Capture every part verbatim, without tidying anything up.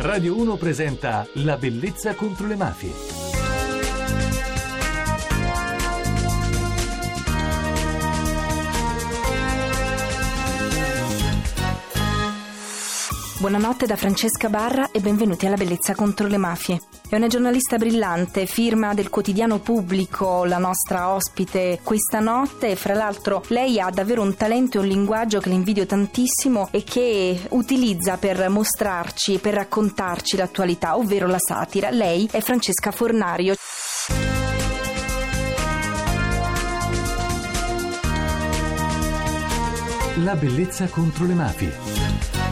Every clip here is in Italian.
Radio uno presenta La bellezza contro le mafie. Buonanotte da Francesca Barra e benvenuti alla Bellezza contro le mafie. È una giornalista brillante, firma del quotidiano Pubblico, la nostra ospite questa notte, e fra l'altro lei ha davvero un talento e un linguaggio che le invidio tantissimo e che utilizza per mostrarci, per raccontarci l'attualità, ovvero la satira. Lei è Francesca Fornario. La bellezza contro le mafie.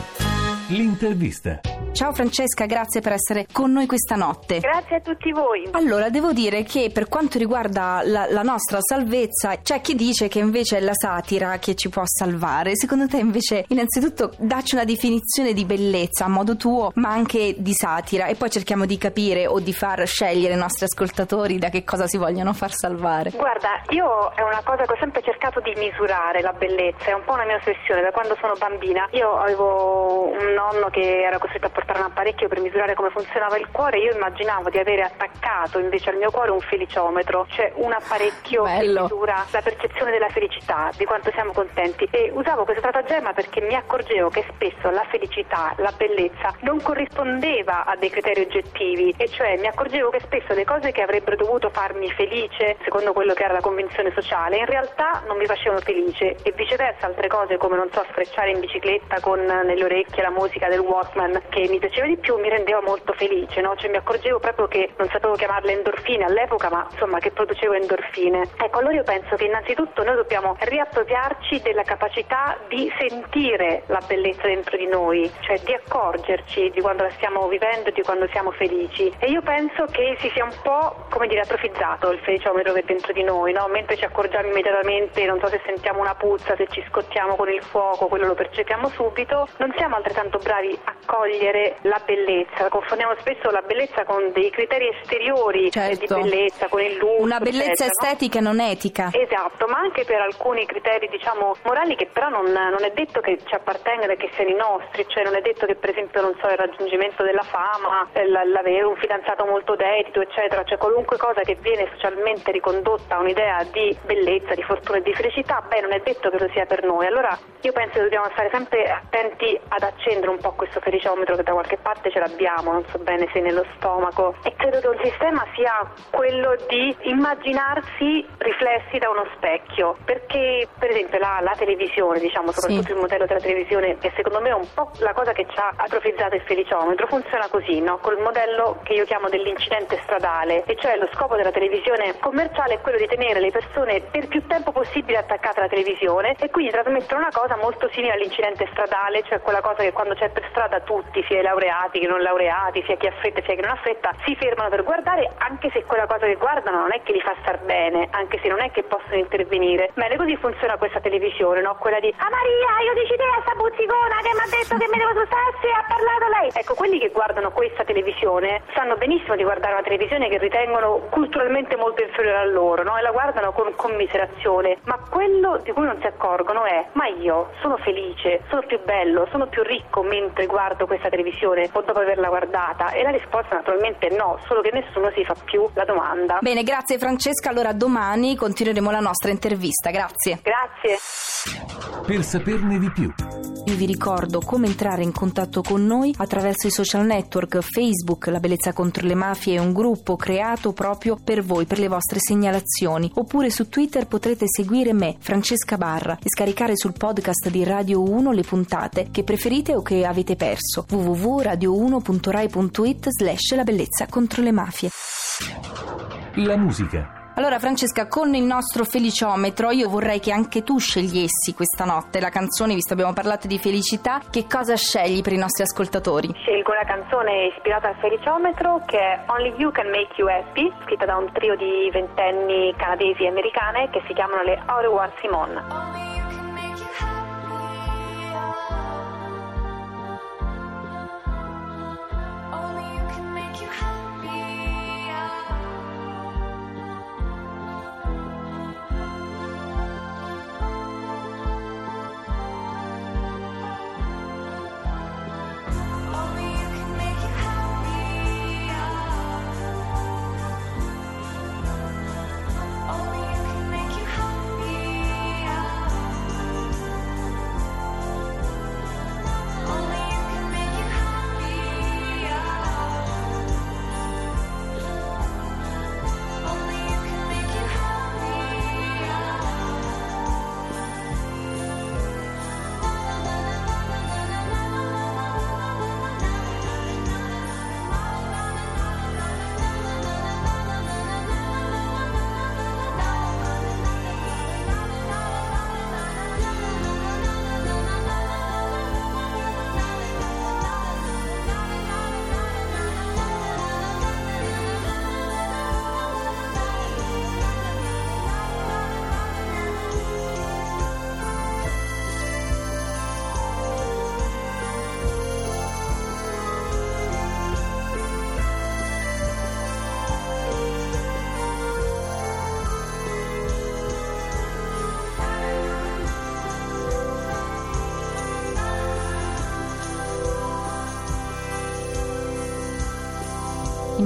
L'intervista. Ciao Francesca, grazie per essere con noi questa notte. Grazie a tutti voi. Allora, devo dire che per quanto riguarda la, la nostra salvezza, c'è chi dice che invece è la satira che ci può salvare. Secondo te invece, innanzitutto, dacci una definizione di bellezza a modo tuo, ma anche di satira, e poi cerchiamo di capire o di far scegliere ai nostri ascoltatori da che cosa si vogliono far salvare. Guarda, io è una cosa che ho sempre cercato di misurare, la bellezza, è un po' una mia ossessione da quando sono bambina. Io avevo un nonno che era costretto a portare un apparecchio per misurare come funzionava il cuore. Io immaginavo di avere attaccato invece al mio cuore un feliciometro, cioè un apparecchio Bello. che misura la percezione della felicità, di quanto siamo contenti, e usavo questo stratagemma perché mi accorgevo che spesso la felicità, la bellezza non corrispondeva a dei criteri oggettivi, e cioè mi accorgevo che spesso le cose che avrebbero dovuto farmi felice secondo quello che era la convinzione sociale in realtà non mi facevano felice, e viceversa altre cose come, non so, sfrecciare in bicicletta con nelle orecchie la musica del Walkman che mi piaceva di più mi rendeva molto felice, no? Cioè mi accorgevo proprio che non sapevo chiamarle endorfine all'epoca, ma insomma che producevo endorfine. Ecco, allora io penso che innanzitutto noi dobbiamo riappropriarci della capacità di sentire la bellezza dentro di noi, cioè di accorgerci di quando la stiamo vivendo e di quando siamo felici. E io penso che si sia un po', come dire, atrofizzato il feliciometro che è dentro di noi, no? Mentre ci accorgiamo immediatamente, non so, se sentiamo una puzza, se ci scottiamo con il fuoco, quello lo percepiamo subito, non siamo altrettanto bravi a cogliere la bellezza. Confondiamo spesso la bellezza con dei criteri esteriori, certo, di bellezza, con il lusso, una bellezza eccetera, estetica, no? non etica. Esatto, ma anche per alcuni criteri, diciamo, morali, che però non, non è detto che ci appartengano e che siano i nostri, cioè non è detto che, per esempio, non so, il raggiungimento della fama, l'avere un fidanzato molto dedito, eccetera, cioè qualunque cosa che viene socialmente ricondotta a un'idea di bellezza, di fortuna e di felicità, beh, non è detto che lo sia per noi. Allora io penso che dobbiamo stare sempre attenti ad accendere un po' questo feliciometro che da qualche parte ce l'abbiamo, non so bene se nello stomaco, e credo che un sistema sia quello di immaginarsi riflessi da uno specchio, perché per esempio la, la televisione, diciamo, soprattutto sì, il modello della televisione, che secondo me è un po' la cosa che ci ha atrofizzato il feliciometro, funziona così, no? Col modello che io chiamo dell'incidente stradale, e cioè lo scopo della televisione commerciale è quello di tenere le persone per più tempo possibile attaccate alla televisione, e quindi trasmettere una cosa molto simile all'incidente stradale, cioè quella cosa che quando c'è per strada tutti, sia i laureati che non laureati, sia chi ha fretta sia chi non ha fretta, si fermano per guardare, anche se quella cosa che guardano non è che li fa star bene, anche se non è che possono intervenire. Bene, così funziona questa televisione, no? Quella di "Ah Maria, io dici te a sta buzzicona che mi ha detto che mi devo spostarsi e ha parlato lei". Ecco, quelli che guardano questa televisione sanno benissimo di guardare una televisione che ritengono culturalmente molto inferiore a loro, no? E la guardano con commiserazione, ma quello di cui non si accorgono è: ma io sono felice, sono più bello, sono più ricco mentre guardo questa televisione o dopo averla guardata? E la risposta naturalmente è no, solo che nessuno si fa più la domanda. Bene, grazie Francesca, allora domani continueremo la nostra intervista, grazie. Grazie. Per saperne di più, io vi ricordo come entrare in contatto con noi attraverso i social network. Facebook, La Bellezza contro le Mafie, è un gruppo creato proprio per voi, per le vostre segnalazioni, oppure su Twitter potrete seguire me, Francesca Barra, e scaricare sul podcast di Radio uno le puntate che preferite o che avete perso. w w w punto radio uno punto rai punto it slash La Bellezza contro le Mafie. La musica. Allora Francesca, con il nostro feliciometro io vorrei che anche tu scegliessi questa notte la canzone, visto che abbiamo parlato di felicità. Che cosa scegli per i nostri ascoltatori? Scelgo una canzone ispirata al feliciometro che è Only You Can Make You Happy, scritta da un trio di ventenni canadesi e americane che si chiamano le Au revoir Simone. Only you can make it happen.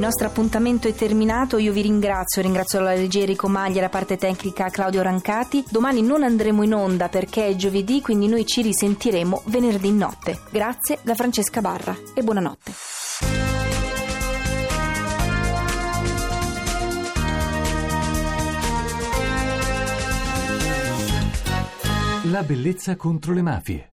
nostro appuntamento è terminato, io vi ringrazio, ringrazio la regia Enrico Maglia e la parte tecnica Claudio Rancati. Domani non andremo in onda perché è giovedì, quindi noi ci risentiremo venerdì notte. Grazie da Francesca Barra e buonanotte. La bellezza contro le mafie.